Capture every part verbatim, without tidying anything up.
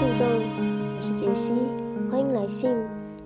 树洞，我是杰西，欢迎来信。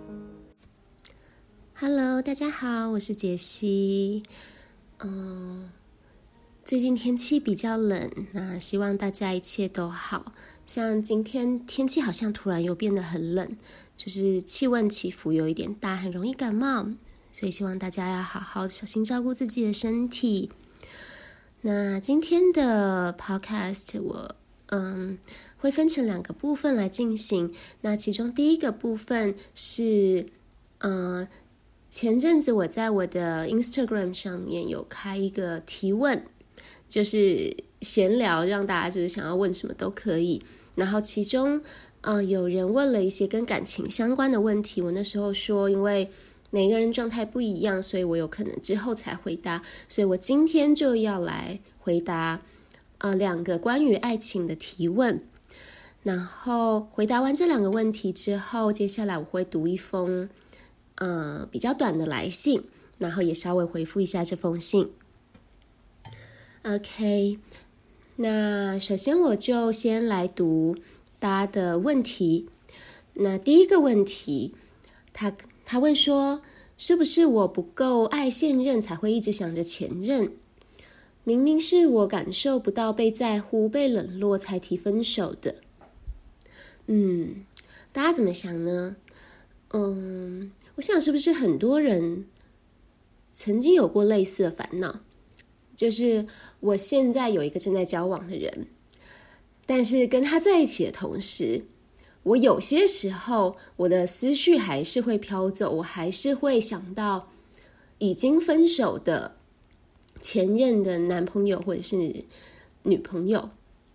Hello， 大家好，我是杰西。嗯，最近天气比较冷，那希望大家一切都好。像今天天气好像突然又变得很冷，就是气温起伏有一点大，很容易感冒，所以希望大家要好好小心照顾自己的身体。那今天的 podcast 我嗯会分成两个部分来进行。那其中第一个部分是呃前阵子我在我的 Instagram 上面有开一个提问，就是闲聊，让大家就是想要问什么都可以。然后其中呃有人问了一些跟感情相关的问题，我那时候说因为每个人状态不一样，所以我有可能之后才回答，所以我今天就要来回答呃两个关于爱情的提问。然后回答完这两个问题之后，接下来我会读一封呃比较短的来信，然后也稍微回复一下这封信。OK， 那首先我就先来读大家的问题。那第一个问题，他他问说，是不是我不够爱现任才会一直想着前任？明明是我感受不到被在乎、被冷落才提分手的。嗯，大家怎么想呢？嗯，我想是不是很多人曾经有过类似的烦恼？就是我现在有一个正在交往的人，但是跟他在一起的同时，我有些时候我的思绪还是会飘走，我还是会想到已经分手的前任的男朋友或者是女朋友。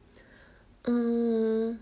嗯，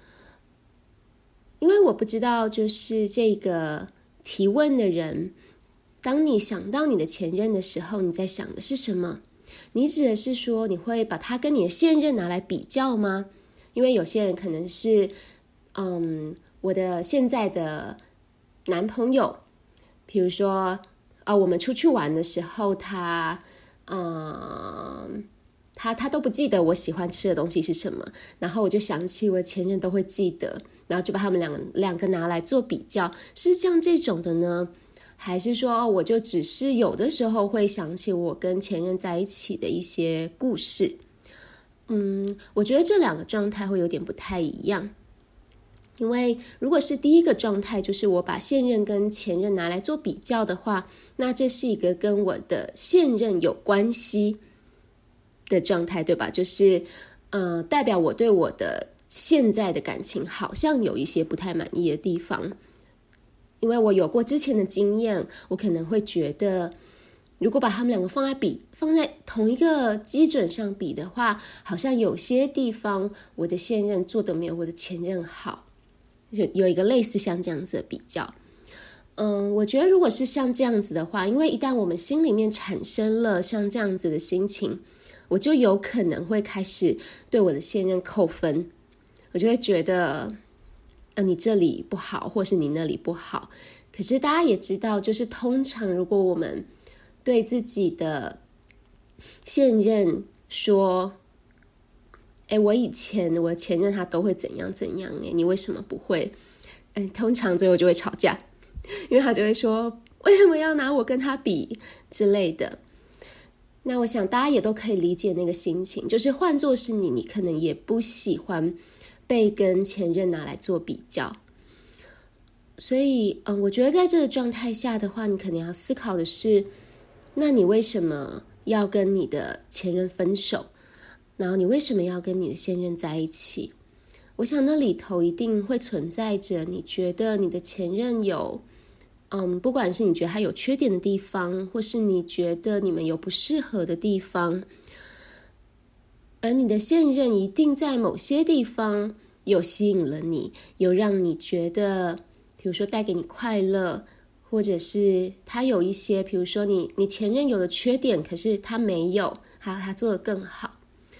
因为我不知道就是这个提问的人，当你想到你的前任的时候，你在想的是什么？你指的是说你会把他跟你的现任拿来比较吗？因为有些人可能是嗯，我的现在的男朋友，比如说呃，我们出去玩的时候，他嗯，他他都不记得我喜欢吃的东西是什么，然后我就想起我的前任都会记得，然后就把他们两个两个拿来做比较，是像这种的呢？还是说、哦、我就只是有的时候会想起我跟前任在一起的一些故事？嗯，我觉得这两个状态会有点不太一样。因为如果是第一个状态，就是我把现任跟前任拿来做比较的话，那这是一个跟我的现任有关系的状态，对吧？就是呃，代表我对我的现在的感情好像有一些不太满意的地方。因为我有过之前的经验，我可能会觉得如果把他们两个放在比放在同一个基准上比的话，好像有些地方我的现任做得没有我的前任好，有有一个类似像这样子的比较。嗯，我觉得如果是像这样子的话，因为一旦我们心里面产生了像这样子的心情，我就有可能会开始对我的现任扣分，我就会觉得呃，你这里不好，或是你那里不好。可是大家也知道，就是通常如果我们对自己的现任说，诶，我以前我的前任他都会怎样怎样，诶，你为什么不会？诶，通常最后就会吵架，因为他就会说为什么要拿我跟他比之类的。那我想大家也都可以理解那个心情，就是换作是你，你可能也不喜欢被跟前任拿来做比较。所以嗯，我觉得在这个状态下的话，你可能要思考的是，那你为什么要跟你的前任分手？然后你为什么要跟你的现任在一起？我想那里头一定会存在着你觉得你的前任有嗯，不管是你觉得他有缺点的地方，或是你觉得你们有不适合的地方，而你的现任一定在某些地方有吸引了你，有让你觉得比如说带给你快乐，或者是他有一些比如说你你前任有的缺点，可是他没有，他他做得更好。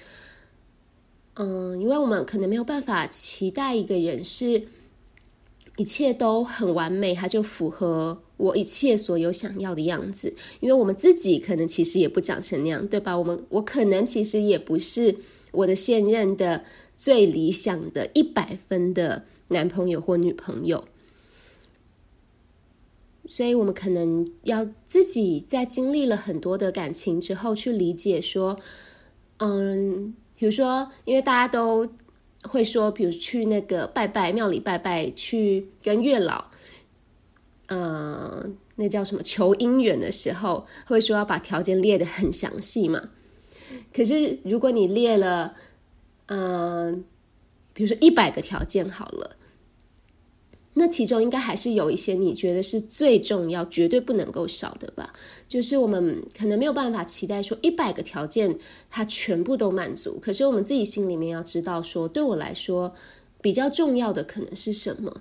嗯，因为我们可能没有办法期待一个人是一切都很完美，他就符合我一切所有想要的样子，因为我们自己可能其实也不长成那样，对吧？我们我可能其实也不是我的现任的最理想的一百分的男朋友或女朋友。所以我们可能要自己在经历了很多的感情之后去理解说，嗯，比如说因为大家都会说，比如去那个拜拜庙里拜拜，去跟月老呃，那叫什么求姻缘的时候，会说要把条件列得很详细嘛。可是如果你列了呃，比如说一百个条件好了，那其中应该还是有一些你觉得是最重要绝对不能够少的吧。就是我们可能没有办法期待说一百个条件它全部都满足，可是我们自己心里面要知道说，对我来说比较重要的可能是什么。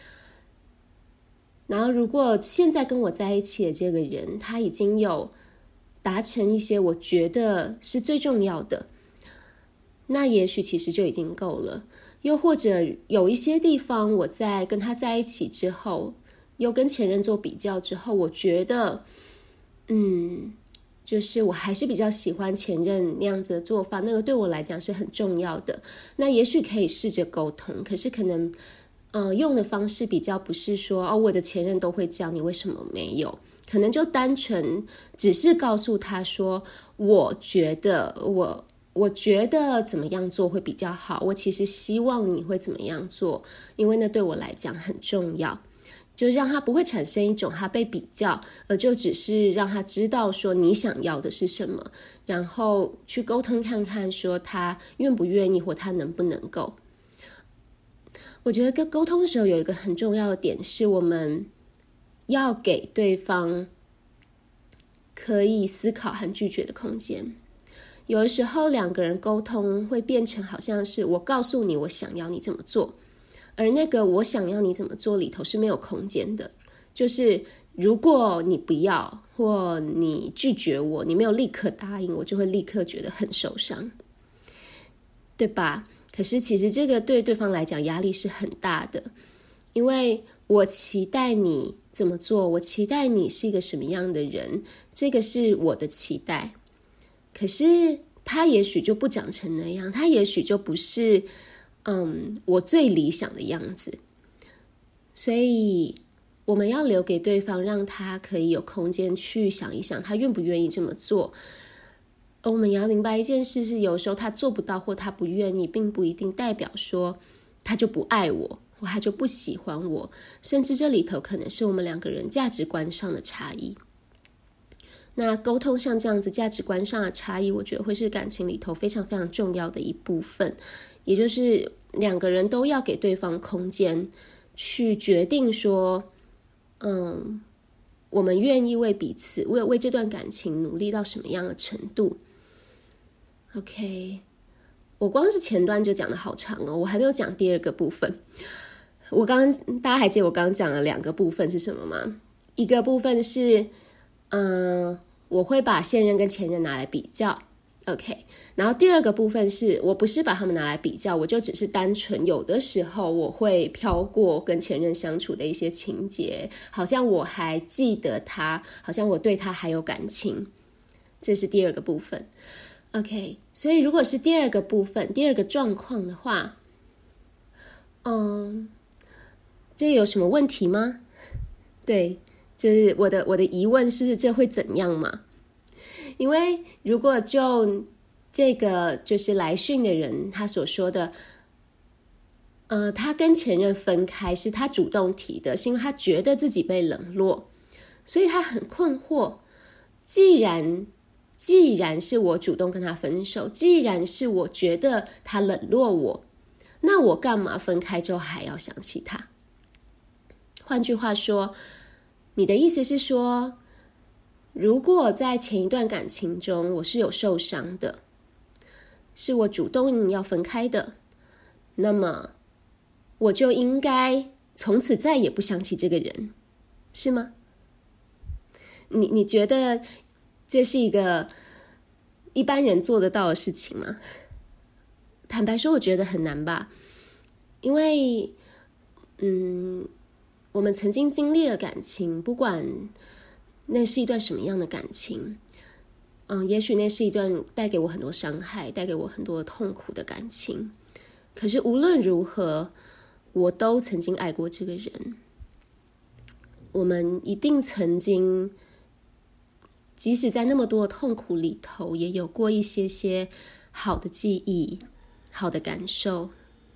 然后如果现在跟我在一起的这个人他已经有达成一些我觉得是最重要的，那也许其实就已经够了。又或者有一些地方我在跟他在一起之后，又跟前任做比较之后，我觉得嗯，就是我还是比较喜欢前任那样子的做法，那个对我来讲是很重要的。那也许可以试着沟通，可是可能呃，用的方式比较不是说哦，我的前任都会这样，你为什么没有？可能就单纯只是告诉他说，我觉得我我觉得怎么样做会比较好，我其实希望你会怎么样做，因为那对我来讲很重要。就让他不会产生一种他被比较，而就只是让他知道说你想要的是什么，然后去沟通看看说他愿不愿意或他能不能够。我觉得跟沟通的时候有一个很重要的点是，我们要给对方可以思考和拒绝的空间。有的时候两个人沟通会变成好像是我告诉你我想要你怎么做，而那个我想要你怎么做里头是没有空间的。就是如果你不要或你拒绝我，你没有立刻答应，我就会立刻觉得很受伤，对吧？可是其实这个对对方来讲压力是很大的，因为我期待你怎么做，我期待你是一个什么样的人，这个是我的期待。可是他也许就不长成那样，他也许就不是嗯我最理想的样子。所以我们要留给对方，让他可以有空间去想一想他愿不愿意这么做。而我们也要明白一件事是，有时候他做不到或他不愿意，并不一定代表说他就不爱我或他就不喜欢我，甚至这里头可能是我们两个人价值观上的差异。那沟通像这样子价值观上的差异，我觉得会是感情里头非常非常重要的一部分，也就是两个人都要给对方空间去决定说嗯，我们愿意为彼此为为这段感情努力到什么样的程度。 OK， 我光是前段就讲得好长哦，我还没有讲第二个部分。我刚刚大家还记得我刚刚讲了两个部分是什么吗？一个部分是嗯，我会把现任跟前任拿来比较 OK， 然后第二个部分是我不是把他们拿来比较，我就只是单纯有的时候我会飘过跟前任相处的一些情节，好像我还记得他，好像我对他还有感情，这是第二个部分。 OK， 所以如果是第二个部分第二个状况的话，嗯，这有什么问题吗？对，就是我的我的疑问是这会怎样嘛？因为如果就这个就是来讯的人他所说的呃，他跟前任分开是他主动提的，是因为他觉得自己被冷落，所以他很困惑，既然既然是我主动跟他分手，既然是我觉得他冷落我，那我干嘛分开之后还要想起他？换句话说，你的意思是说，如果在前一段感情中我是有受伤的，是我主动要分开的，那么我就应该从此再也不想起这个人，是吗？你你觉得这是一个一般人做得到的事情吗？坦白说我觉得很难吧，因为嗯，我们曾经经历了感情，不管那是一段什么样的感情，嗯，也许那是一段带给我很多伤害，带给我很多痛苦的感情，可是无论如何， 我都曾经爱过这个人，我们一定曾经即使在那么多的痛苦里头，也有过一些些好的记忆，好的感受。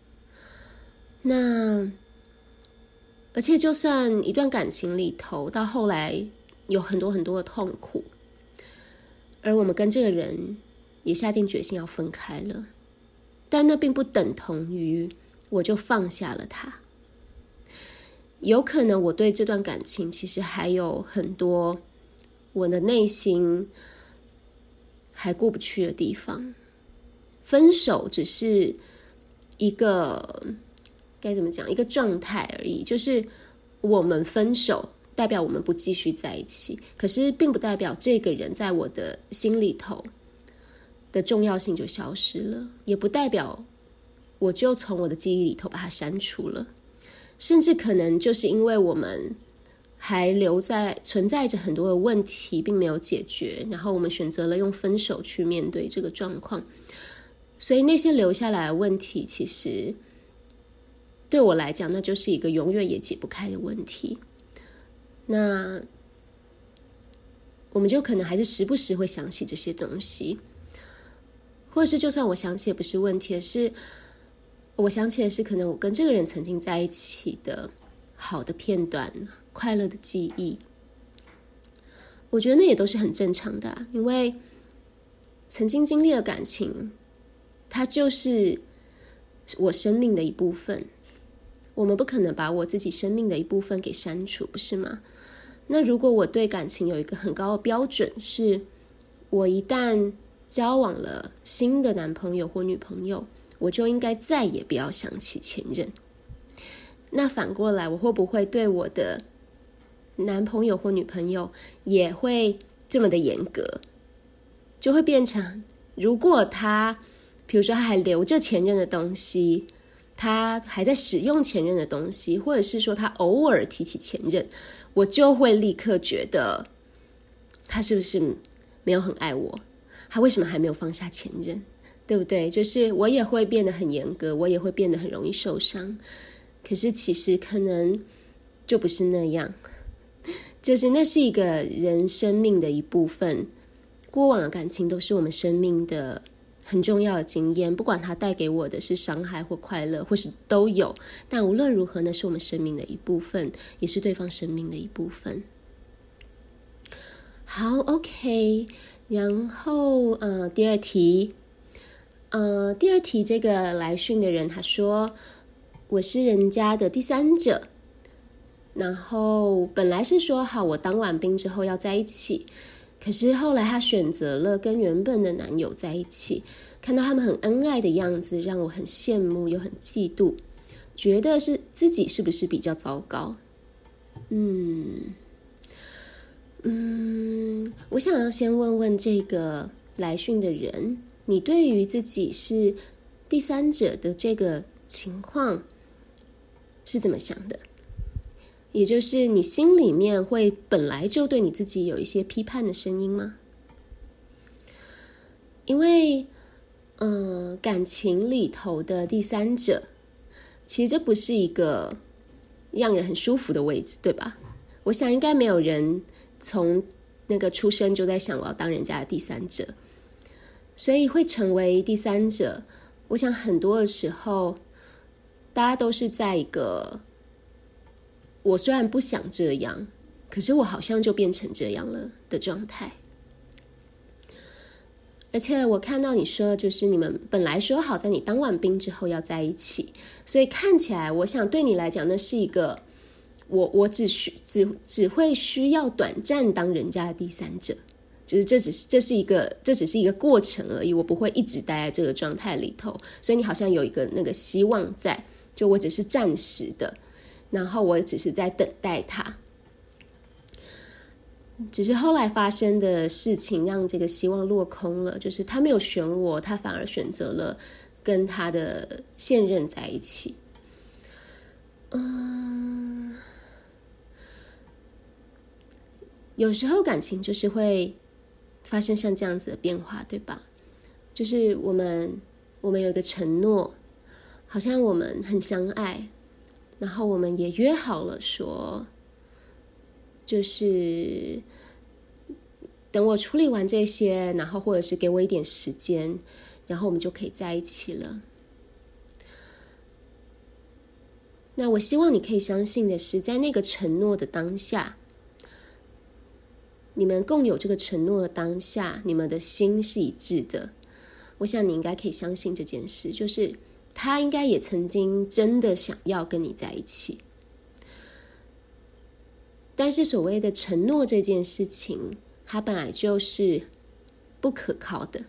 那而且就算一段感情里头到后来有很多很多的痛苦，而我们跟这个人也下定决心要分开了，但那并不等同于我就放下了他。有可能我对这段感情其实还有很多我的内心还过不去的地方。分手只是一个该怎么讲，一个状态而已，就是我们分手代表我们不继续在一起，可是并不代表这个人在我的心里头的重要性就消失了，也不代表我就从我的记忆里头把它删除了。甚至可能就是因为我们还留在存在着很多的问题并没有解决，然后我们选择了用分手去面对这个状况，所以那些留下来的问题其实对我来讲那就是一个永远也解不开的问题。那我们就可能还是时不时会想起这些东西，或者是就算我想起也不是问题，是我想起的是可能我跟这个人曾经在一起的好的片段，快乐的记忆。我觉得那也都是很正常的啊，因为曾经经历的感情它就是我生命的一部分，我们不可能把我自己生命的一部分给删除，不是吗？那如果我对感情有一个很高的标准，是我一旦交往了新的男朋友或女朋友，我就应该再也不要想起前任。那反过来，我会不会对我的男朋友或女朋友也会这么的严格？就会变成，如果他比如说他还留着前任的东西，他还在使用前任的东西，或者是说他偶尔提起前任，我就会立刻觉得他是不是没有很爱我，他为什么还没有放下前任，对不对？就是我也会变得很严格，我也会变得很容易受伤。可是其实可能就不是那样，就是那是一个人生命的一部分，过往的感情都是我们生命的很重要的经验，不管它带给我的是伤害或快乐，或是都有，但无论如何，那是我们生命的一部分，也是对方生命的一部分。好 OK， 然后呃，第二题呃，第二题这个来讯的人他说，我是人家的第三者，然后本来是说好我当完兵之后要在一起，可是后来他选择了跟原本的男友在一起，看到他们很恩爱的样子，让我很羡慕又很嫉妒，觉得是自己是不是比较糟糕？嗯嗯，我想要先问问这个来讯的人，你对于自己是第三者的这个情况是怎么想的？也就是你心里面会本来就对你自己有一些批判的声音吗？因为呃，感情里头的第三者，其实这不是一个让人很舒服的位置，对吧？我想应该没有人从那个出生就在想我要当人家的第三者，所以会成为第三者，我想很多的时候大家都是在一个我虽然不想这样，可是我好像就变成这样了的状态。而且我看到你说，就是你们本来说好在你当完兵之后要在一起，所以看起来我想对你来讲那是一个我我只需只只会需要短暂当人家的第三者，就是这只是这是一个这只是一个过程而已，我不会一直待在这个状态里头，所以你好像有一个那个希望在，就我只是暂时的，然后我只是在等待他。只是后来发生的事情让这个希望落空了，就是他没有选我，他反而选择了跟他的现任在一起。嗯，有时候感情就是会发生像这样子的变化，对吧？就是我们我们有一个承诺，好像我们很相爱， 然后我们也约好了说，就是等我处理完这些，然后或者是给我一点时间，然后我们就可以在一起了。那我希望你可以相信的是，在那个承诺的当下，你们共有这个承诺的当下，你们的心是一致的。我想你应该可以相信这件事，就是他应该也曾经真的想要跟你在一起。但是所谓的承诺这件事情，它本来就是不可靠的，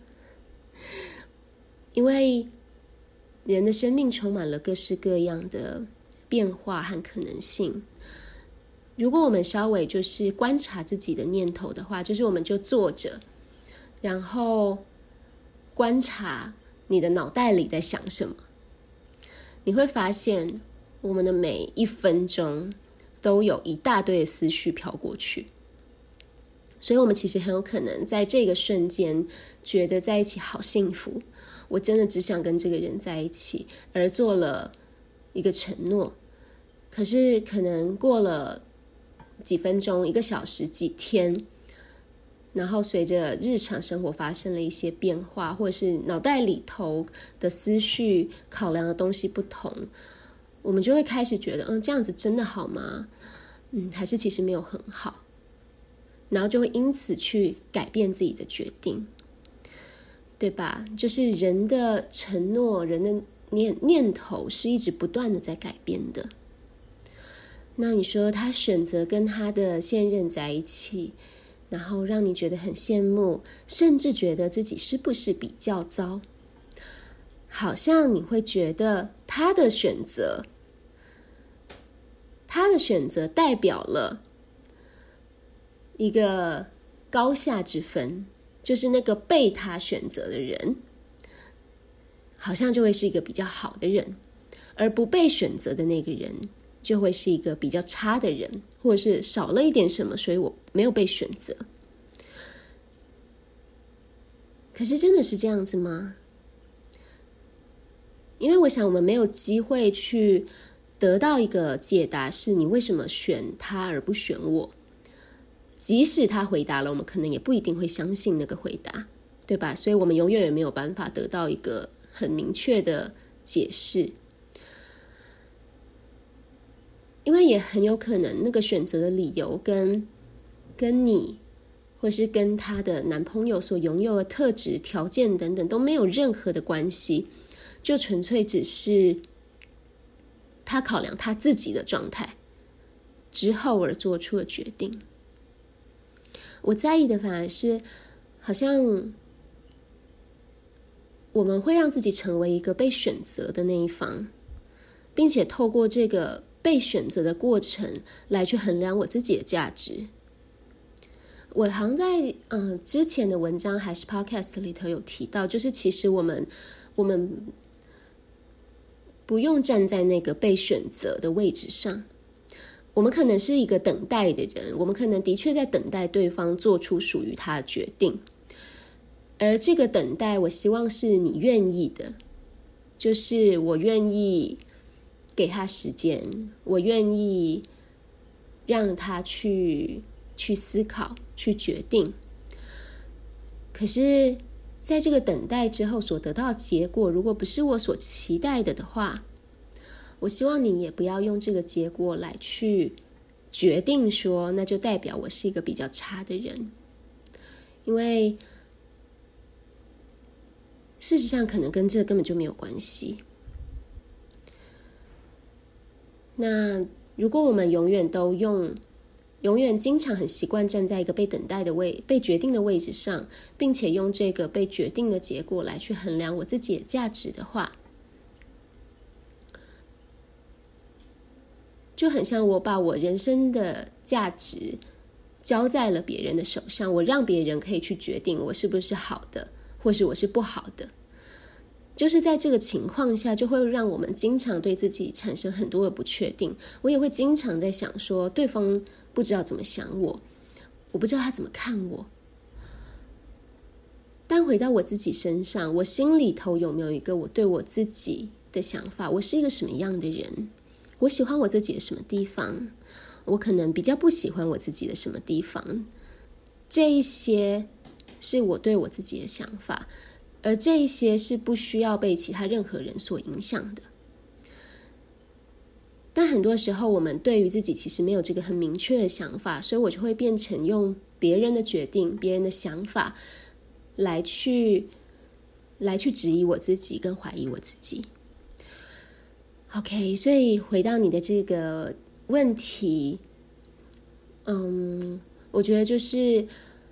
因为人的生命充满了各式各样的变化和可能性。如果我们稍微就是观察自己的念头的话，就是我们就坐着，然后观察你的脑袋里在想什么，你会发现我们的每一分钟都有一大堆的思绪飘过去。所以我们其实很有可能在这个瞬间觉得在一起好幸福，我真的只想跟这个人在一起，而做了一个承诺。可是可能过了几分钟、一个小时、几天，然后随着日常生活发生了一些变化，或者是脑袋里头的思绪考量的东西不同，我们就会开始觉得，嗯，这样子真的好吗？嗯，还是其实没有很好。然后就会因此去改变自己的决定，对吧？就是人的承诺，人的 念, 念头是一直不断的在改变的。那你说他选择跟他的现任在一起，然后让你觉得很羡慕，甚至觉得自己是不是比较糟？好像你会觉得他的选择，他的选择代表了一个高下之分，就是那个被他选择的人好像就会是一个比较好的人，而不被选择的那个人就会是一个比较差的人，或者是少了一点什么，所以我没有被选择。可是真的是这样子吗？因为我想我们没有机会去得到一个解答，是你为什么选他而不选我。即使他回答了，我们可能也不一定会相信那个回答，对吧？所以我们永远也没有办法得到一个很明确的解释，因为也很有可能那个选择的理由跟跟你或是跟他的男朋友所拥有的特质、条件等等都没有任何的关系，就纯粹只是他考量他自己的状态之后而做出的决定。我在意的反而是，好像我们会让自己成为一个被选择的那一方，并且透过这个被选择的过程来去衡量我自己的价值。我好像在呃之前的文章还是 podcast 里头有提到，就是其实我们我们不用站在那个被选择的位置上。我们可能是一个等待的人，我们可能的确在等待对方做出属于他的决定，而这个等待我希望是你愿意的，就是我愿意给他时间，我愿意让他去去思考，去决定。可是在这个等待之后所得到的结果，如果不是我所期待的的话，我希望你也不要用这个结果来去决定说，那就代表我是一个比较差的人。因为事实上可能跟这个根本就没有关系。那如果我们永远都用永远经常很习惯站在一个被等待的位被决定的位置上，并且用这个被决定的结果来去衡量我自己的价值的话，就很像我把我人生的价值交在了别人的手上，我让别人可以去决定我是不是好的，或是我是不好的。就是在这个情况下，就会让我们经常对自己产生很多的不确定。我也会经常在想说，对方不知道怎么想我，我不知道他怎么看我。但回到我自己身上，我心里头有没有一个我对我自己的想法？我是一个什么样的人？ 我喜欢我自己的什么地方，我可能比较不喜欢我自己的什么地方，这一些是我对我自己的想法，而这一些是不需要被其他任何人所影响的。但很多时候我们对于自己其实没有这个很明确的想法，所以我就会变成用别人的决定、别人的想法来去来去质疑我自己跟怀疑我自己。 OK， 所以回到你的这个问题，嗯，我觉得就是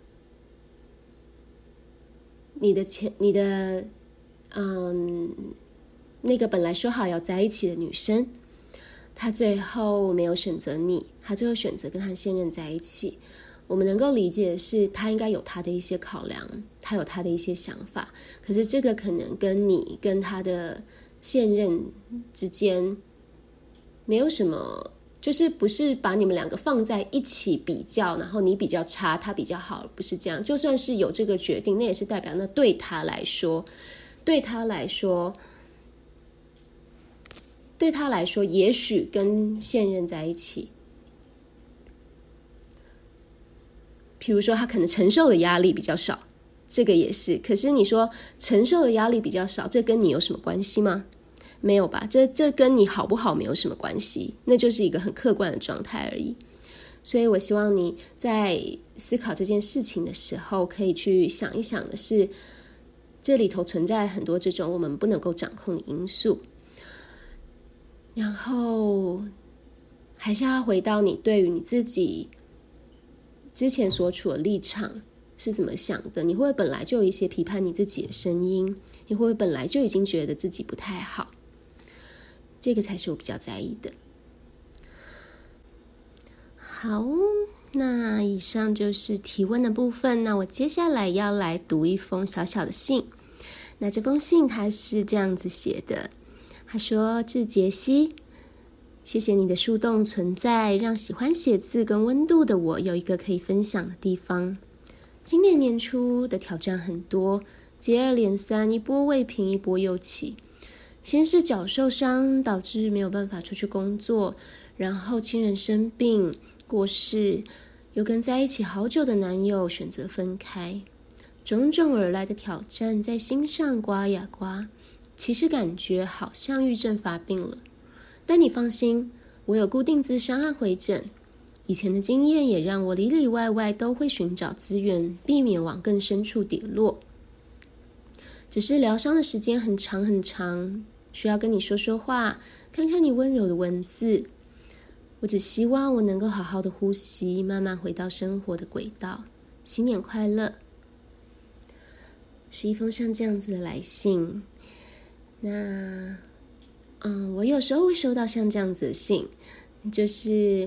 你的前你的嗯那个本来说好要在一起的女生，她最后没有选择你，她最后选择跟她现任在一起。我们能够理解的是，她应该有她的一些考量，她有她的一些想法，可是这个可能跟你跟她的现任之间没有什么，就是不是把你们两个放在一起比较，然后你比较差，他比较好，不是这样。就算是有这个决定，那也是代表那对他来说，对他来说，对他来说，也许跟现任在一起，比如说他可能承受的压力比较少，这个也是。可是你说承受的压力比较少，这跟你有什么关系吗？没有吧，这这跟你好不好没有什么关系，那就是一个很客观的状态而已。所以我希望你在思考这件事情的时候，可以去想一想的是，这里头存在很多这种我们不能够掌控的因素。然后还是要回到你对于你自己之前所处的立场是怎么想的，你会不会本来就有一些批判你自己的声音，你会不会本来就已经觉得自己不太好，这个才是我比较在意的。好，那以上就是提问的部分。那我接下来要来读一封小小的信。那这封信它是这样子写的，他说：致杰西，谢谢你的树洞存在，让喜欢写字跟温度的我有一个可以分享的地方。今年年初的挑战很多，接二连三，一波未平一波又起。先是脚受伤，导致没有办法出去工作，然后亲人生病过世，又跟在一起好久的男友选择分开，种种而来的挑战在心上刮呀刮，其实感觉好像郁症发病了。但你放心，我有固定咨商和回诊，以前的经验也让我里里外外都会寻找资源，避免往更深处跌落。只是疗伤的时间很长很长，需要跟你说说话，看看你温柔的文字。我只希望我能够好好的呼吸，慢慢回到生活的轨道。新年快乐。是一封像这样子的来信。那嗯，我有时候会收到像这样子的信，就是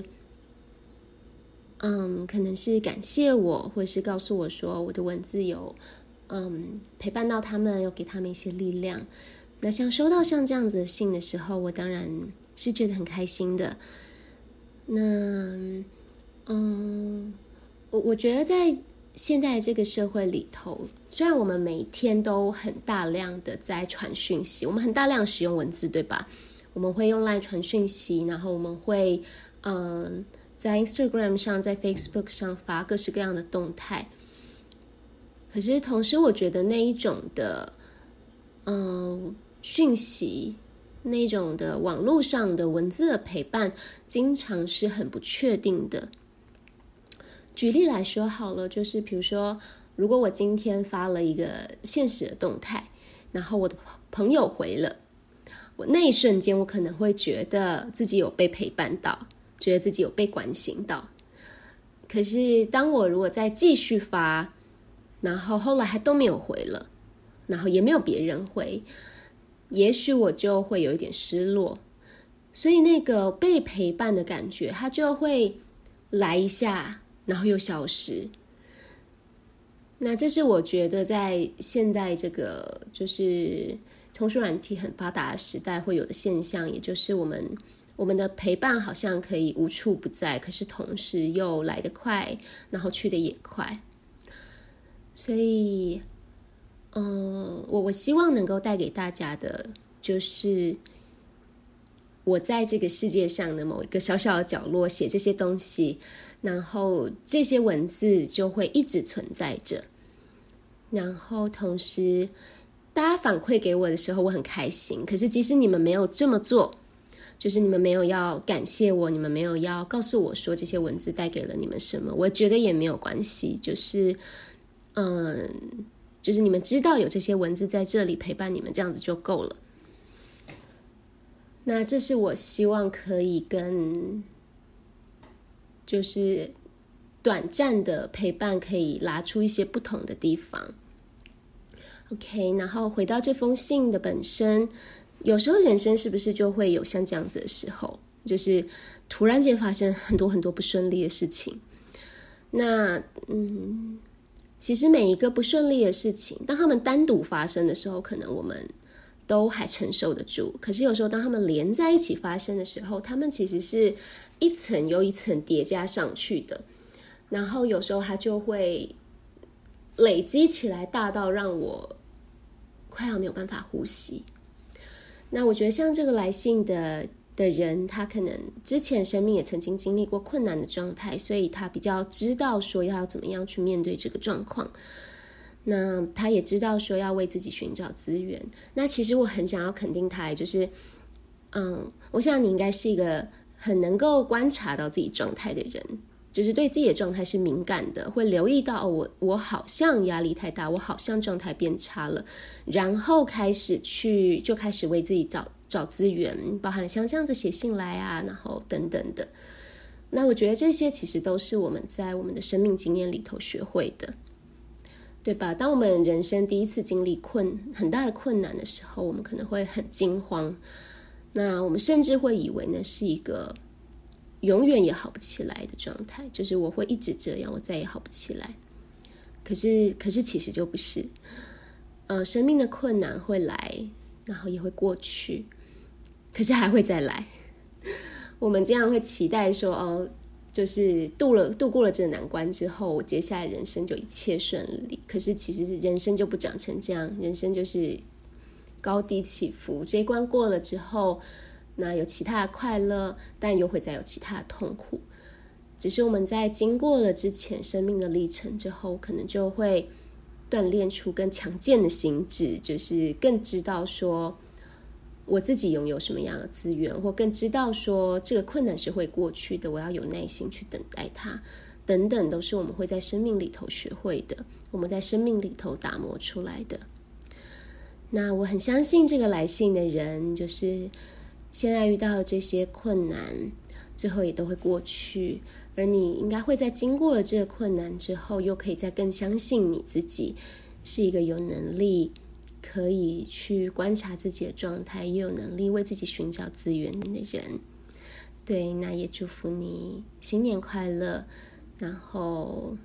嗯，可能是感谢我，或者是告诉我说我的文字有嗯陪伴到他们，有给他们一些力量。那像收到像这样子的信的时候，我当然是觉得很开心的。那嗯，我我觉得在现在这个社会里头，虽然我们每天都很大量的在传讯息，我们很大量使用文字，对吧？我们会用 LINE 传讯息，然后我们会嗯在 Instagram 上，在 Facebook 上发各式各样的动态。可是同时我觉得那一种的嗯讯息，那一种的网络上的文字的陪伴，经常是很不确定的。举例来说好了，就是比如说，如果我今天发了一个现实的动态，然后我的朋友回了，我那一瞬间我可能会觉得自己有被陪伴到，觉得自己有被关心到。可是当我如果再继续发，然后后来还都没有回了，然后也没有别人回，也许我就会有一点失落。所以那个被陪伴的感觉，它就会来一下，然后又消失。那这是我觉得在现在这个就是通讯软体很发达的时代会有的现象，也就是我们我们的陪伴好像可以无处不在，可是同时又来得快，然后去得也快。所以嗯，我我希望能够带给大家的就是我在这个世界上的某一个小小的角落写这些东西，然后这些文字就会一直存在着。然后同时大家反馈给我的时候我很开心，可是即使你们没有这么做，就是你们没有要感谢我，你们没有要告诉我说这些文字带给了你们什么，我觉得也没有关系，就是嗯，就是你们知道有这些文字在这里陪伴你们，这样子就够了。那这是我希望可以跟就是短暂的陪伴可以拉出一些不同的地方。 OK， 然后回到这封信的本身，有时候人生是不是就会有像这样子的时候，就是突然间发生很多很多不顺利的事情。那嗯，其实每一个不顺利的事情，当他们单独发生的时候，可能我们都还承受得住，可是有时候当他们连在一起发生的时候，他们其实是一层又一层叠加上去的，然后有时候它就会累积起来，大到让我快要没有办法呼吸。那我觉得像这个来信的的人，他可能之前生命也曾经经历过困难的状态，所以他比较知道说要怎么样去面对这个状况。那他也知道说要为自己寻找资源。那其实我很想要肯定他，就是嗯，我想你应该是一个很能够观察到自己状态的人，就是对自己的状态是敏感的，会留意到、哦、我我好像压力太大，我好像状态变差了，然后开始去就开始为自己找找资源，包含了像这样子写信来啊，然后等等的。那我觉得这些其实都是我们在我们的生命经验里头学会的，对吧？当我们人生第一次经历困很大的困难的时候，我们可能会很惊慌，那我们甚至会以为那是一个永远也好不起来的状态，就是我会一直这样，我再也好不起来。可是可是其实就不是，呃，生命的困难会来，然后也会过去，可是还会再来。我们这样会期待说，哦，就是度了度过了这个难关之后，接下来人生就一切顺利。可是其实人生就不长成这样，人生就是高低起伏。这一关过了之后，那有其他的快乐，但又会再有其他的痛苦。只是我们在经过了之前生命的历程之后，可能就会锻炼出更强健的心智，就是更知道说我自己拥有什么样的资源，或更知道说这个困难是会过去的，我要有耐心去等待它，等等，都是我们会在生命里头学会的，我们在生命里头打磨出来的。那我很相信这个来信的人，就是现在遇到的这些困难最后也都会过去，而你应该会在经过了这个困难之后，又可以再更相信你自己是一个有能力可以去观察自己的状态，也有能力为自己寻找资源的人。对，那也祝福你新年快乐，然后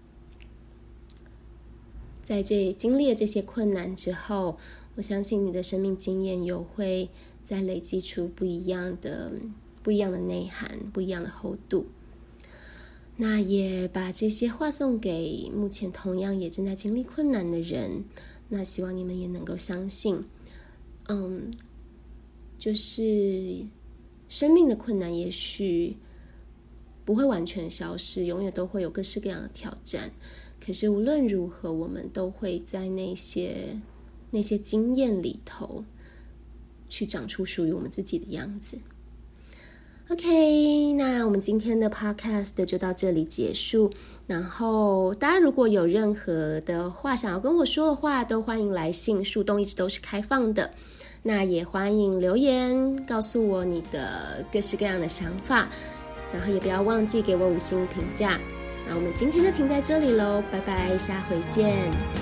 在这经历了这些困难之后，我相信你的生命经验又会再累积出不一样的不一样的内涵，不一样的厚度。那也把这些话送给目前同样也正在经历困难的人，那希望你们也能够相信，嗯，就是生命的困难也许不会完全消失，永远都会有各式各样的挑战，可是无论如何，我们都会在那些那些经验里头去长出属于我们自己的样子。OK， 那我们今天的 podcast 就到这里结束。然后大家如果有任何的话想要跟我说的话，都欢迎来信，树洞一直都是开放的。那也欢迎留言告诉我你的各式各样的想法，然后也不要忘记给我五星评价。那我们今天就停在这里咯，拜拜，下回见。